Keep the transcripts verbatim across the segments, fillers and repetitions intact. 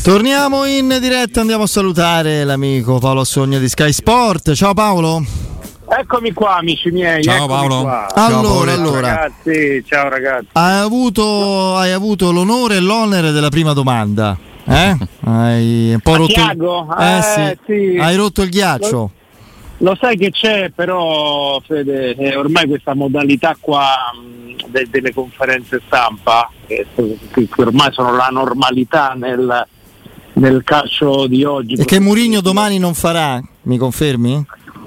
Torniamo in diretta, andiamo a salutare l'amico Paolo Assogna di Sky Sport. Ciao Paolo. Eccomi qua, amici miei. Ciao Paolo. Qua. Allora, ciao, allora. Ragazzi, ciao ragazzi. Hai avuto, hai avuto l'onore e l'onere della prima domanda. Eh? Hai un po' A rotto Thiago? il... eh, eh, sì. sì. Hai rotto il ghiaccio. Lo, lo sai che c'è, però Fede, eh, ormai questa modalità qua mh, de, delle conferenze stampa, che, che ormai sono la normalità nel, nel calcio di oggi. E che Mourinho domani non farà, mi confermi?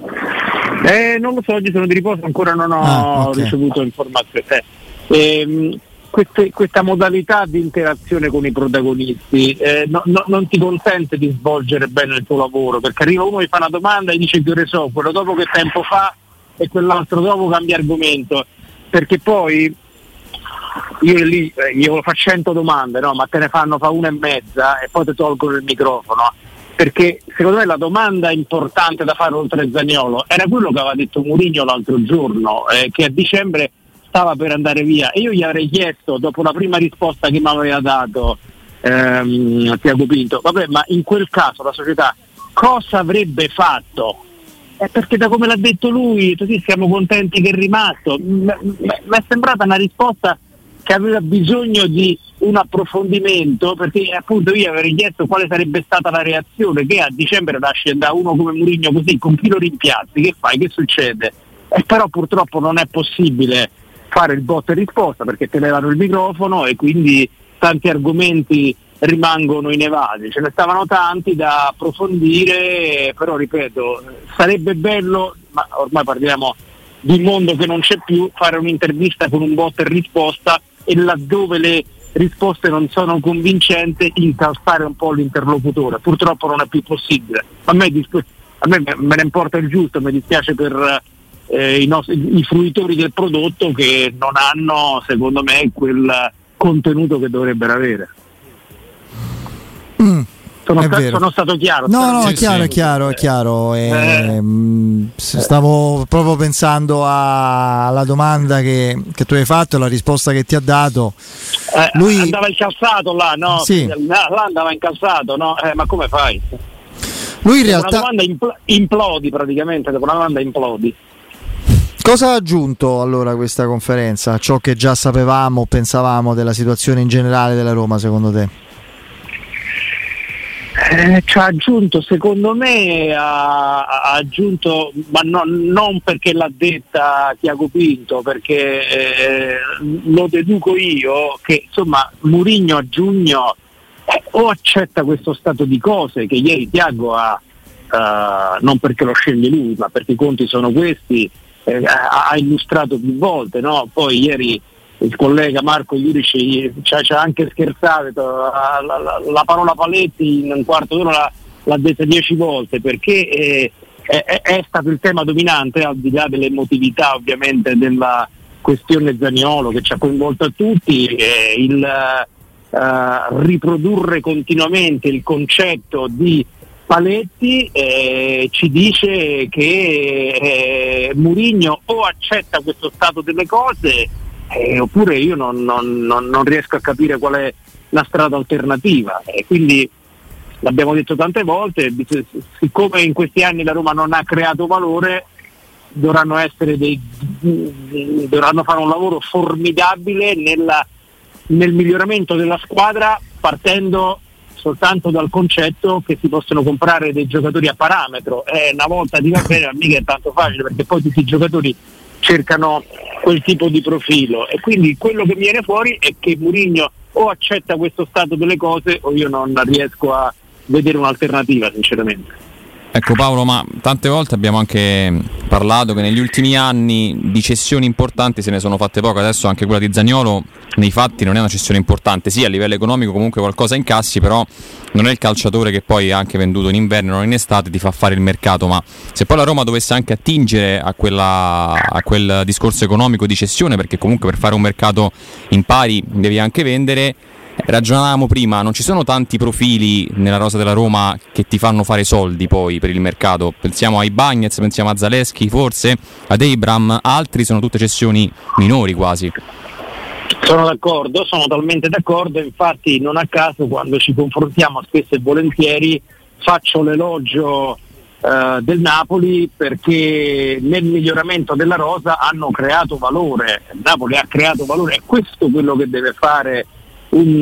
Eh, non lo so, oggi sono di riposo, ancora non ho ah, okay. ricevuto informazioni. Eh, ehm, queste, questa modalità di interazione con i protagonisti eh, no, no, non ti consente di svolgere bene il tuo lavoro, perché arriva uno e fa una domanda e dice che ore so, quello dopo che tempo fa e quell'altro dopo cambia argomento, perché poi io lì eh, io faccio cento domande, no? Ma te ne fanno fa una e mezza e poi ti tolgono il microfono. Perché secondo me la domanda importante da fare oltre a Zaniolo era quello che aveva detto Mourinho l'altro giorno, eh, che a dicembre stava per andare via, e io gli avrei chiesto, dopo la prima risposta che mi aveva dato ehm, Tiago Pinto, vabbè, ma in quel caso la società cosa avrebbe fatto? Eh, perché da come l'ha detto lui, così siamo contenti che è rimasto. Mi è sembrata una risposta che aveva bisogno di un approfondimento, perché appunto io avrei chiesto quale sarebbe stata la reazione, che a dicembre lasci da uno come Mourinho così, con chi lo rimpiazzi, che fai, che succede? E però purtroppo non è possibile fare il botta e risposta, perché te levano il microfono e quindi tanti argomenti rimangono inevasi. Ce ne stavano tanti da approfondire, però ripeto, sarebbe bello, ma ormai parliamo di un mondo che non c'è più, fare un'intervista con un botta e risposta e laddove le risposte non sono convincenti incalzare un po' l'interlocutore. Purtroppo non è più possibile. A me, a me me ne importa il giusto, mi dispiace per eh, i, nostri, i fruitori del prodotto che non hanno, secondo me, quel contenuto che dovrebbero avere. Mm. Sono, sta- sono stato chiaro? No, no, sì, è chiaro, sì. è chiaro, è chiaro. E, Eh. mh, stavo proprio pensando a- alla domanda che, che tu hai fatto e la risposta che ti ha dato. Eh, Lui andava incalzato là, no? Sì. Là, là andava incalzato, no? Eh, ma come fai? Lui in Dopo realtà una domanda impl- implodi praticamente, dopo una domanda implodi. cosa ha aggiunto allora questa conferenza? Ciò che già sapevamo o pensavamo della situazione in generale della Roma, secondo te? Eh, ci ha aggiunto, secondo me ha, ha aggiunto, ma no, non perché l'ha detta Tiago Pinto, perché eh, lo deduco io, che insomma Mourinho a giugno eh, o accetta questo stato di cose che ieri Tiago ha, eh, non perché lo sceglie lui, ma perché i conti sono questi, eh, ha, ha illustrato più volte, no? Poi ieri il collega Marco Iurici ci ha, ci ha anche scherzato, la, la, la parola paletti in un quarto d'ora l'ha, l'ha detta dieci volte, perché è, è, è stato il tema dominante, al di là dell'emotività ovviamente della questione Zaniolo che ci ha coinvolto a tutti, eh, il uh, riprodurre continuamente il concetto di Paletti eh, ci dice che eh, Mourinho o accetta questo stato delle cose Eh, oppure io non, non, non, non riesco a capire qual è la strada alternativa, e quindi l'abbiamo detto tante volte, siccome in questi anni la Roma non ha creato valore, dovranno essere dei dovranno fare un lavoro formidabile nella, nel miglioramento della squadra, partendo soltanto dal concetto che si possono comprare dei giocatori a parametro. Eh, una volta ti va bene, ma mica è tanto facile, perché poi tutti i giocatori cercano quel tipo di profilo, e quindi quello che viene fuori è che Mourinho o accetta questo stato delle cose o io non riesco a vedere un'alternativa, sinceramente. Ecco Paolo, ma tante volte abbiamo anche parlato che negli ultimi anni di cessioni importanti se ne sono fatte poche. Adesso anche quella di Zaniolo nei fatti non è una cessione importante, sì, a livello economico comunque qualcosa incassi, però non è il calciatore che poi anche venduto in inverno non in estate ti fa fare il mercato. Ma se poi la Roma dovesse anche attingere a, quella, a quel discorso economico di cessione, perché comunque per fare un mercato in pari devi anche vendere, ragionavamo prima, non ci sono tanti profili nella rosa della Roma che ti fanno fare soldi poi per il mercato. Pensiamo ai Bagnez, pensiamo a Zaleschi, forse ad Abraham, altri sono tutte cessioni minori quasi. Sono d'accordo, sono talmente d'accordo, infatti non a caso quando ci confrontiamo spesso e volentieri faccio l'elogio eh, del Napoli perché nel miglioramento della rosa hanno creato valore, il Napoli ha creato valore, è questo quello che deve fare un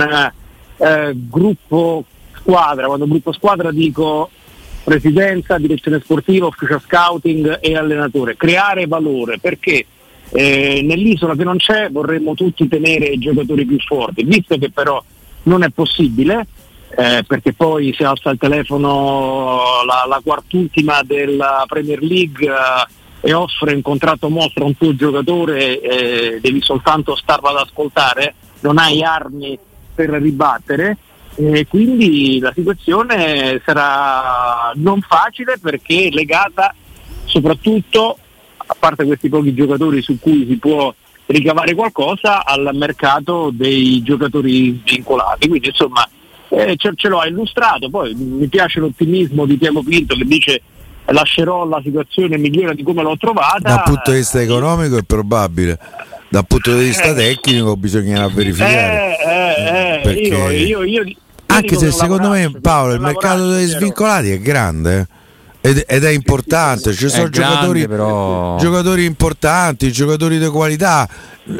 eh, gruppo squadra, quando gruppo squadra dico presidenza, direzione sportiva, ufficio scouting e allenatore, creare valore, perché Eh, nell'isola che non c'è vorremmo tutti tenere i giocatori più forti, visto che però non è possibile eh, perché poi si alza il telefono la, la quartultima della Premier League eh, e offre un contratto mostra a un tuo giocatore, eh, devi soltanto starlo ad ascoltare, non hai armi per ribattere, e quindi la situazione sarà non facile perché è legata soprattutto, a parte questi pochi giocatori su cui si può ricavare qualcosa, al mercato dei giocatori vincolati. Quindi insomma eh, ce, ce l'ho illustrato. Poi mi piace l'ottimismo di Tiago Pinto che dice lascerò la situazione migliore di come l'ho trovata. Dal punto di vista economico è probabile, dal punto di vista tecnico bisognerà verificare eh, eh, eh, perché... io, io, io, io anche se secondo me, Paolo, il mercato dei svincolati è grande eh? Ed, ed è importante, ci sono grande, giocatori, però... giocatori importanti, giocatori di qualità.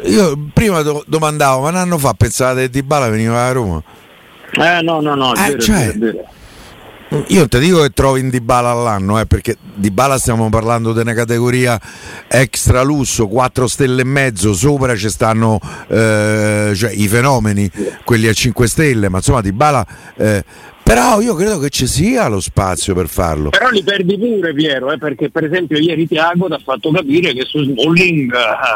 Io prima do, domandavo, ma un anno fa pensavate che Dybala veniva a Roma? Eh no, no, no, è eh, vero, cioè, è vero. Io non ti dico che trovi in Dybala all'anno, eh, perché Dybala stiamo parlando di una categoria extra lusso, quattro stelle e mezzo, sopra ci stanno eh, cioè, i fenomeni, quelli a cinque stelle, ma insomma Dybala... Eh, però io credo che ci sia lo spazio per farlo. Però li perdi pure, Piero, eh, perché per esempio ieri Tiago ti ha fatto capire che su Smalling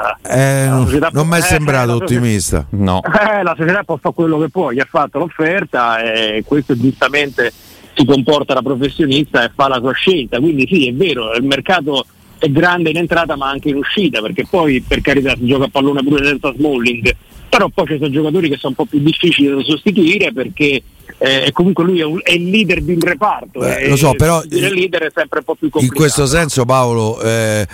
eh, non, non mi è sembrato eh, ottimista. No. Eh, la società può fare quello che può, gli ha fatto l'offerta e questo giustamente si comporta da professionista e fa la sua scelta. Quindi sì, è vero, il mercato è grande in entrata ma anche in uscita, perché poi per carità si gioca a pallone pure senza Smalling, però poi ci sono giocatori che sono un po' più difficili da sostituire perché Eh, comunque lui è, un, è il leader di un reparto. Beh, eh, lo so, però il leader è sempre un po' più complicato. In questo senso, Paolo, eh,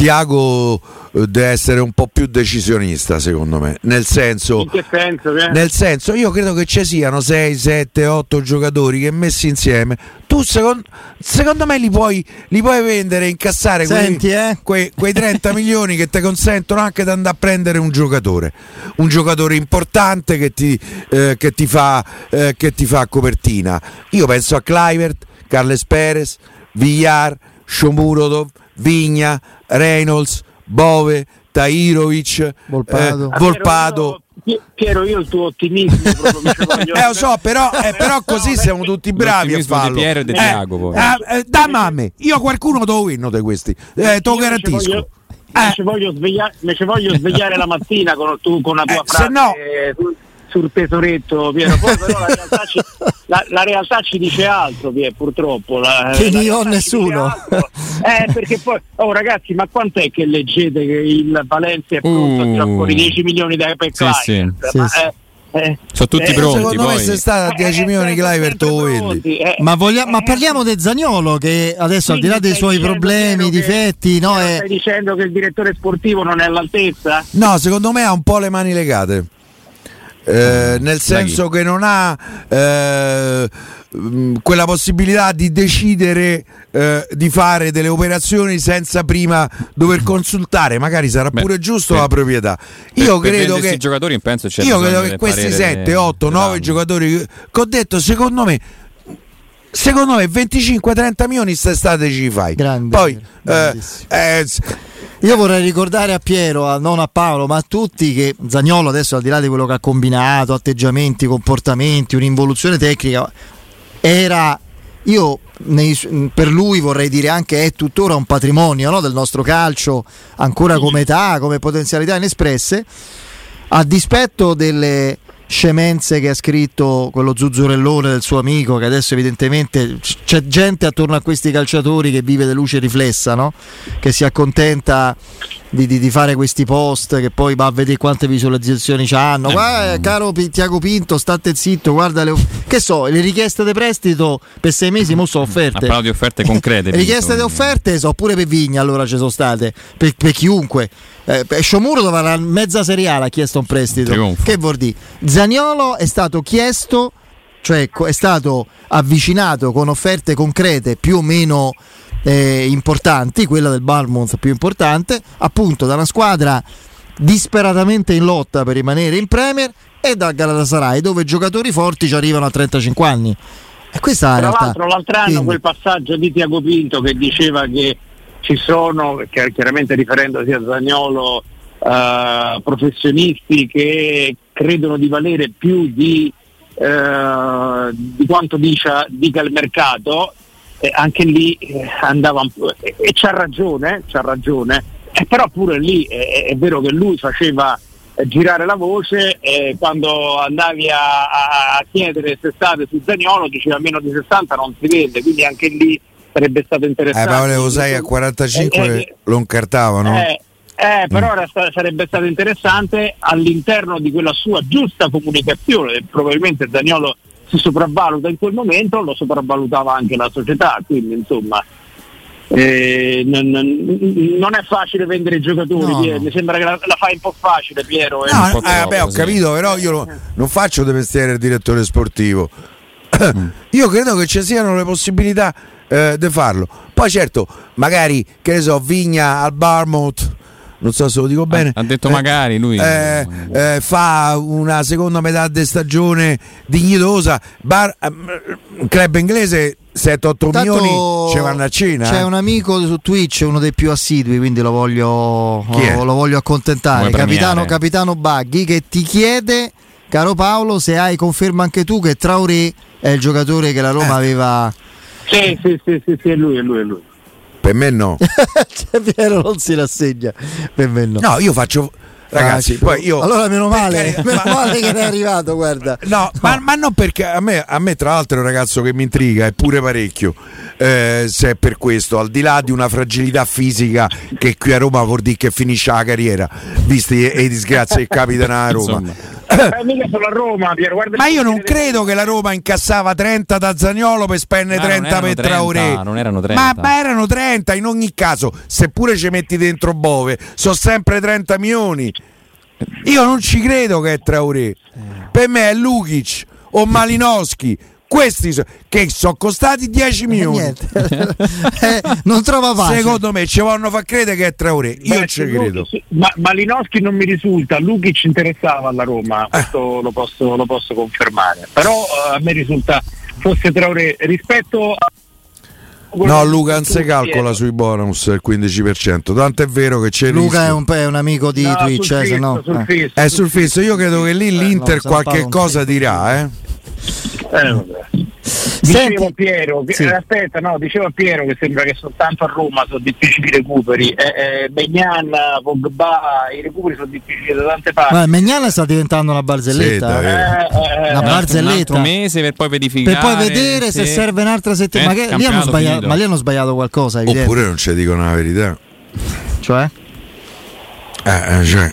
Tiago deve essere un po' più decisionista, secondo me. Nel senso, in che senso? Eh? Nel senso, io credo che ci siano sei, sette, otto giocatori che messi insieme, tu secondo, secondo me li puoi, li puoi vendere e incassare. Senti, quei, eh? quei, quei trenta milioni che ti consentono anche di andare a prendere un giocatore, un giocatore importante che ti, eh, che ti fa eh, che ti fa copertina. Io penso a Kluivert, Carles Perez, Villar, Shomurodov, Vigna, Reynolds, Bove, Tahirovic, Volpato. eh, Volpato. Piero, io il tuo ottimismo proprio voglio... eh lo so, però, eh, però così siamo tutti bravi a farlo. Di Piero e di eh, Tiago, poi. eh, eh, dammi a me, io qualcuno te lo winno di questi, eh, te lo garantisco. Voglio, eh. ci voglio svegliare, ci voglio svegliare la mattina con, tu, con la tua eh, frase se no... sul, sul tesoretto, Piero. Poi però la realtà ci, la, la realtà ci dice altro, Piero, purtroppo. La, che la ne ho nessuno. Eh, perché poi, oh ragazzi, ma quant'è che leggete che il Valencia è pronto uh, a tirare fuori dieci milioni da per sì, sì, sì, sì. Eh, Eh, sono tutti eh, pronti. Secondo poi. me se sta a dieci milioni Kluivert lo vendi. Eh, ma, voglia, ma parliamo di Zaniolo che adesso al di là dei suoi problemi, difetti, no, è... stai dicendo che il direttore sportivo non è all'altezza? No, secondo me ha un po' le mani legate. Eh, nel senso che non ha eh, quella possibilità di decidere eh, di fare delle operazioni senza prima dover consultare, magari sarà Beh, pure giusto per, la proprietà. Io per, credo per che giocatori penso c'è io credo che questi sette, otto, nove giocatori che ho detto, secondo me secondo me venticinque trenta milioni quest'estate ci fai. Grande, poi eh, eh, io vorrei ricordare a Piero, a, non a Paolo, ma a tutti che Zaniolo adesso, al di là di quello che ha combinato, atteggiamenti, comportamenti, un'involuzione tecnica, era, io nei, per lui vorrei dire anche è tuttora un patrimonio, no, del nostro calcio, ancora come età, come potenzialità inespresse, a dispetto delle scemenze che ha scritto quello zuzzurellone del suo amico, che adesso evidentemente c'è gente attorno a questi calciatori che vive di luce riflessa, no? Che si accontenta di, di, di fare questi post, che poi va a vedere quante visualizzazioni c'hanno. Guarda, caro P- Tiago Pinto, state zitto, guarda le, che so, le richieste di prestito per sei mesi mo sono offerte. Ha parlato di offerte concrete. Le richieste di offerte so pure per Vigna, allora ci sono state per, per chiunque. Eh, Sciomuro dove la mezza Serie A ha chiesto un prestito. Trionfo. Che vuol dire? Zaniolo è stato chiesto, cioè è stato avvicinato con offerte concrete più o meno eh, importanti, quella del Bournemouth più importante, appunto da una squadra disperatamente in lotta per rimanere in Premier e dal Galatasaray, dove giocatori forti ci arrivano a trentacinque anni. E questa è la Tra realtà. l'altro l'altro anno Quindi, quel passaggio di Tiago Pinto che diceva che ci sono, chiaramente riferendosi a Zaniolo, uh, professionisti che credono di valere più di, uh, di quanto dica, dica il mercato, eh, anche lì eh, andava un po', e, e c'ha ragione, c'ha ragione, eh, però pure lì eh, è vero che lui faceva eh, girare la voce, eh, quando andavi a, a, a chiedere sessanta su Zaniolo diceva meno di sessanta non si vende, quindi anche lì sarebbe stato interessante. Eh, Paolo sai a quarantacinque eh, eh, lo incartavano. Eh, eh, però Mm. era sta- sarebbe stato interessante all'interno di quella sua giusta comunicazione. Probabilmente Zaniolo si sopravvaluta in quel momento, lo sopravvalutava anche la società, quindi insomma eh, non, non è facile vendere i giocatori. No, Piero. no. Mi sembra che la, la fai un po' facile, Piero. eh. No, un po' eh, vabbè, ho troppo, sì. capito, però io lo- non faccio di mestiere il direttore sportivo. Io credo che ci siano le possibilità eh, di farlo. Poi certo, magari, che ne so, Vigna al Bournemouth, non so se lo dico bene. Ha detto eh, magari lui. eh, eh, fa una seconda metà di stagione dignitosa. Bar, eh, un club inglese sette otto Tanto milioni ci vanno a cena. c'è eh. un amico su Twitch, uno dei più assidui, quindi lo voglio, Chi è? lo, lo voglio accontentare. Vuoi Capitano, premiare? Capitano Baghi, che ti chiede, caro Paolo, se hai conferma anche tu che Traoré è il giocatore che la Roma Eh. aveva. Sì, sì, sì, sì, sì, è lui, è lui, è lui. Per me no. Cioè, Piero non si rassegna. Per me no. No, io faccio. Ragazzi, Faccio. poi io. Allora meno male, Per meno carità, ma- male che ne è arrivato, guarda. No, Ma, ma non perché a me, a me tra l'altro è un ragazzo che mi intriga, è pure parecchio, eh, se è per questo, al di là di una fragilità fisica che qui a Roma vuol dire che finisce la carriera, visti le disgrazie che capitano a Roma. Insomma. Eh, mica solo a Roma, Piero, guarda. Ma io non credo che la Roma incassava trenta da Zaniolo per spendere Ma non trenta per erano Traoré. trenta, non erano trenta. Ma, ma erano trenta in ogni caso, seppure ci metti dentro Bove, sono sempre trenta milioni. Io non ci credo che è Traoré. Per me è Lukic o Malinowski. Questi so, che sono costati dieci milioni. Niente. Eh, non trova pace. Secondo me ci vogliono far credere che è Traoré. Io Beh, non ci sì, credo. sì, ma Malinowski non mi risulta, Lukic interessava alla Roma, questo lo, posso, lo posso confermare. Però eh, a me risulta fosse Traoré rispetto a... No, Luca non si calcola sui bonus il quindici per cento. Tanto è vero che c'è il Luca è rischio. un, è un amico di No, Twitch, sul eh, se fisso, no. sul eh. fisso, È sul fisso. Io credo che lì l'Inter no, San qualche Paolo cosa non dirà, eh. Eh, vabbè. Dicevo Senti- a Piero, che- sì. eh, aspetta, no, dicevo a Piero che sembra che soltanto a Roma sono difficili i recuperi. Eh, eh, Begnan, Pogba, i recuperi sono difficili da tante parti. Ma Megnana sta diventando una barzelletta. Sì, eh. dai. Eh, eh, Una eh, Un barzelletta. altro mese per poi verificare. Per poi vedere se sì. serve un'altra settimana. Eh, ma, che- lì hanno campionato sbagliato, finito. ma lì hanno sbagliato qualcosa, evidente. Oppure non ci dicono la verità. Cioè? Eh, eh, cioè.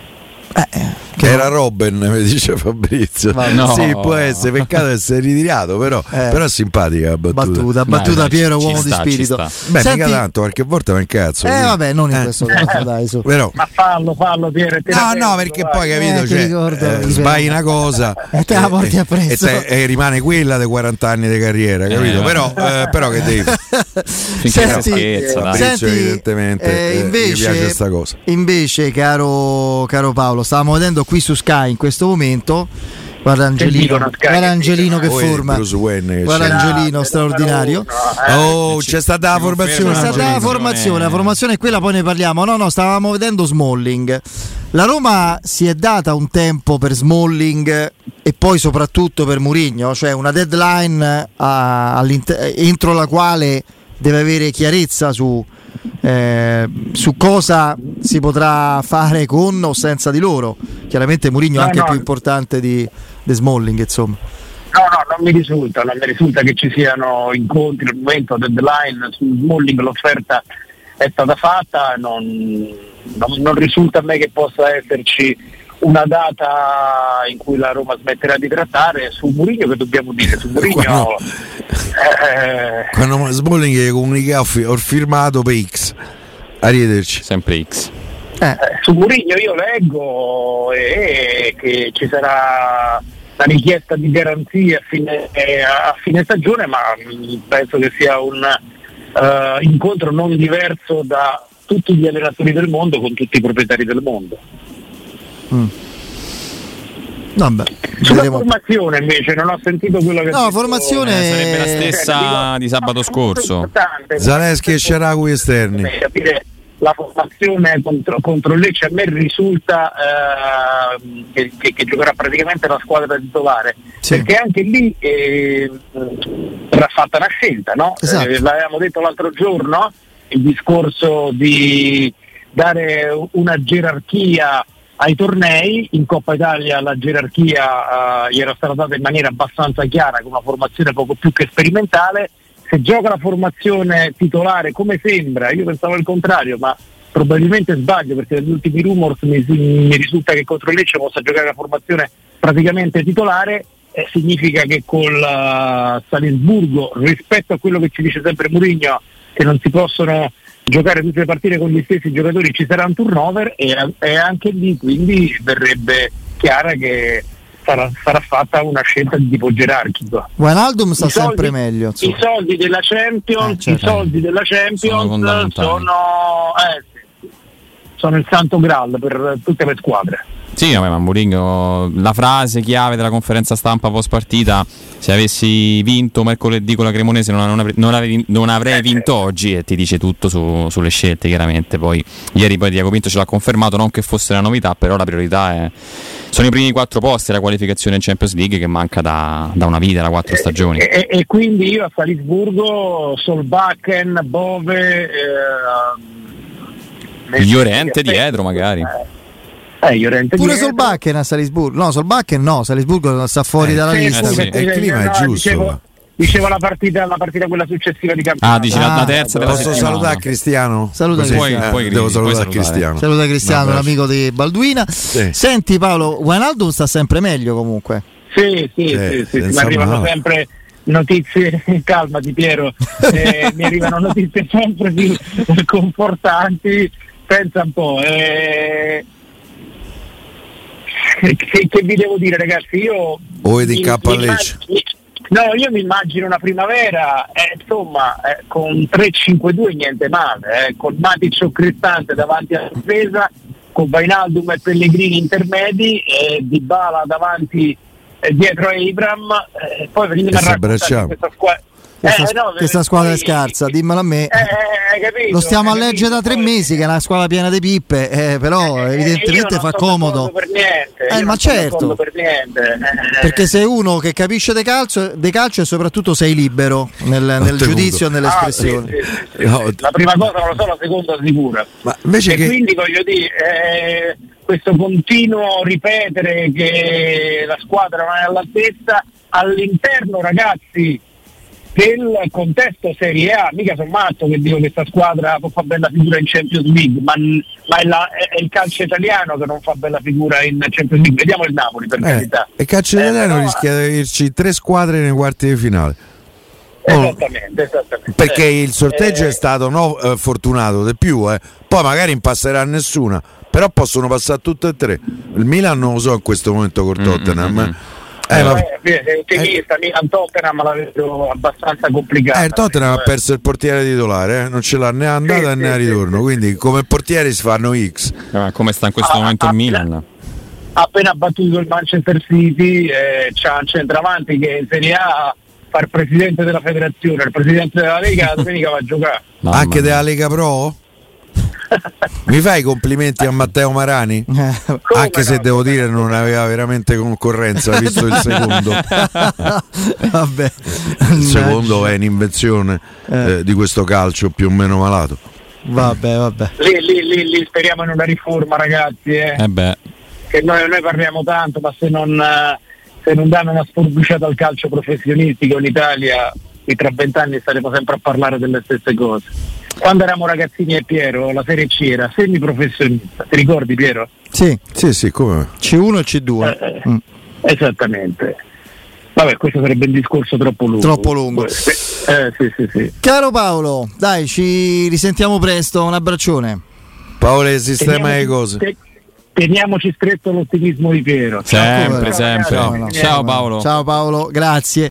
Eh, che Era Robben, mi dice Fabrizio. Ma no. Sì, può essere, peccato essere ritirato, però, Eh. però è simpatica la battuta. battuta, Dai, battuta dai, Piero, ci uomo sta, di ci spirito. sta. Beh, Senti- mica tanto, qualche volta va in cazzo. Eh quindi. vabbè, non in Eh. questo caso, dai, su. Però, Ma fallo, fallo, Piero. te la no, prego, no, perché vai. poi capito, Eh, ti cioè, ricordo, eh, ti sbagli prego. una cosa E te la porti appresso. e, te- e rimane quella dei quaranta anni di carriera, capito? Eh, però, eh, però che devi Finché Senti, si scherza, dai. Fabrizio Senti, evidentemente eh, eh, invece- gli piace sta cosa. Invece, caro, caro Paolo, stavamo vedendo qui su Sky in questo momento. Guarda Angelino, dicono, Sky, guarda che Angelino che Poi il forma. Bruce Wayne che Guarda c'è. Angelino, Ah, straordinario. eh. Oh, c'è stata la Ci formazione. C'è conferma stata la Angelino. formazione, la formazione è quella, poi ne parliamo. No, no, stavamo vedendo Smalling. La Roma si è data un tempo per Smalling e poi soprattutto per Mourinho, cioè una deadline a- all'inter- entro la quale deve avere chiarezza su eh, su cosa si potrà fare con o senza di loro. Chiaramente Mourinho è no, anche no. più importante di, di Smalling, insomma. No, no, non mi risulta, non mi risulta che ci siano incontri al momento, deadline su Smalling, l'offerta è stata fatta, non, non, non risulta a me che possa esserci una data in cui la Roma smetterà di trattare. Su Mourinho che dobbiamo dire? Su Mourinho quando, eh, quando Smalling comunica ho firmato per X, arrivederci. Sempre X. Eh. eh, su Mourinho io leggo eh, che ci sarà la richiesta di garanzia a fine, eh, a fine stagione, ma penso che sia un uh, incontro non diverso da tutti gli allenatori del mondo con tutti i proprietari del mondo. Mm. Vabbè, Sulla vedremo. formazione invece non ho sentito quello che No, ha detto, formazione- Eh, sarebbe la stessa dico, di sabato no, scorso. importante. Zaleschi e Sharawi esterni. Per capire la formazione contro, contro Lecce, a me risulta eh, che, che, che giocherà praticamente la squadra titolare, Sì. perché anche lì eh, verrà fatta una scelta, no? Esatto. Eh, l'avevamo detto l'altro giorno, il discorso di dare una gerarchia ai tornei. In Coppa Italia la gerarchia eh, gli era stata data in maniera abbastanza chiara, con una formazione poco più che sperimentale. Se gioca la formazione titolare come sembra, io pensavo il contrario, ma probabilmente sbaglio, perché negli ultimi rumors mi, mi risulta che contro il Lecce possa giocare la formazione praticamente titolare, eh, significa che con la Salisburgo, rispetto a quello che ci dice sempre Mourinho, che non si possono giocare tutte le partite con gli stessi giocatori, ci sarà un turnover, e, e anche lì quindi verrebbe chiara che sarà, sarà fatta una scelta di tipo gerarchico. Wijnaldum sta I soldi- sempre meglio, insomma. I soldi della Champions, Eh, certo. i soldi della Sono Champions fondamentali. sono, eh, sì, sono il santo graal per tutte le squadre. Sì, vabbè, ma Mourinho, la frase chiave della conferenza stampa post partita: se avessi vinto mercoledì con la Cremonese non, non, avrei, non, avrei, non avrei vinto oggi, e ti dice tutto su, sulle scelte, chiaramente. Poi ieri poi Diaco Pinto ce l'ha confermato, non che fosse una novità, però la priorità è, sono i primi quattro posti, la qualificazione in Champions League che manca da, da una vita, da quattro stagioni. E, e, e quindi io a Salisburgo, Solbakken, Bove, eh, Llorente dietro magari. Eh, Llorente Pure dietro. Solbakken a Salisburgo. No, Solbakken no, Salisburgo sta fuori Eh, dalla Sì, lista. scusa, sì. E il clima è no, giusto. Dicevo, dicevo la partita, la partita quella successiva di campionato. Ah, dici la, la terza della Posso settimana. salutare Cristiano? Saluta Così, Cristiano. eh, Poi- poi devo puoi salutare salutare. Cristiano. Saluta Cristiano, Un abbraccio. l'amico di Balduina. Sì. Senti Paolo, Wijnaldum sta sempre meglio comunque. Sì, sì, Sì, sì, sì, sì, mi senza arrivano male. sempre notizie, calmati Piero, eh, mi arrivano notizie sempre più confortanti. Pensa un po', eh, che, che vi devo dire ragazzi, io O vedi in mi- campo a mi Lecce? immagino- no, io mi immagino una primavera, eh, insomma, eh, con tre cinque due niente male, eh, con Matic o Cristante davanti alla difesa, con Wijnaldum e Pellegrini intermedi, e Dybala davanti eh, dietro a Ibram, eh, poi venite E a si raccontare abbracciamo. questa squadra. Questa, Eh, no, questa squadra è poi- scarsa, dimmelo a me. Eh, eh, hai capito, Lo stiamo a hai leggere da capito? tre Poi- mesi che è una squadra piena di pippe, eh, però Eh, io evidentemente non fa sono comodo. d'accordo per niente, Eh, io ma non sono certo. d'accordo per niente. Eh, Perché sei uno che capisce di calcio, di calcio e soprattutto sei libero nel, nel Ottenuto. giudizio e nelle ah, espressioni. sì, sì, sì, sì. No, La prima cosa non lo so, la seconda sicura. Ma invece E che quindi voglio dire, eh, questo continuo ripetere che la squadra non è all'altezza all'interno, ragazzi, del contesto Serie A, mica sono matto che dico che questa squadra può fare bella figura in Champions League, ma, ma è, la, è il calcio italiano che non fa bella figura in Champions League. Vediamo il Napoli, per eh, carità. e calcio Eh, italiano però- rischia di averci tre squadre nei quarti di finale. Oh, Esattamente, esattamente. perché Eh, il sorteggio eh, è stato no, eh, fortunato di più, eh. Poi magari non passerà nessuna, però possono passare tutte e tre. Il Milan non lo so in questo momento con Tottenham. Mm, mm, mm. Eh, ma- Eh, sei ottimista, Milan Tottenham la vedo abbastanza complicata. eh, il Tottenham ha Eh, perso il portiere titolare, eh. Non ce l'ha né andata Sì, né a sì, ritorno, sì, quindi come portieri si fanno X. Eh, come sta in questo Ah, momento ah, il Milan? ha appena battuto il Manchester City, eh, c'ha un centravanti che in Serie A fa il presidente della federazione, il presidente della Lega, domenica va a giocare. Mamma Anche mia. della Lega Pro? Mi fai i complimenti a Matteo Marani? Eh, Come Anche se no, devo come dire no. non aveva veramente concorrenza, visto il secondo. Vabbè. Il secondo è un'invenzione eh, di questo calcio più o meno malato. Vabbè, vabbè. Lì, lì, lì, lì speriamo in una riforma, ragazzi. Eh. Eh beh. Che noi, noi parliamo tanto, ma se non, se non danno una sforbuciata al calcio professionistico in Italia, e tra vent'anni staremo sempre a parlare delle stesse cose. Quando eravamo ragazzini e Piero, la Serie C era semiprofessionista, ti ricordi Piero? Sì, sì, sì, come? C uno e C due. Eh, mm. Esattamente. Vabbè, questo sarebbe un discorso troppo lungo. Troppo lungo. Eh, sì, sì, sì. Caro Paolo, dai, ci risentiamo presto, un abbraccione. Paolo, il sistema Teniamoci, le cose. te, teniamoci stretto l'ottimismo di Piero. Sempre, Ciao, sempre. ragazzi. Ciao Paolo. Ciao Paolo, grazie.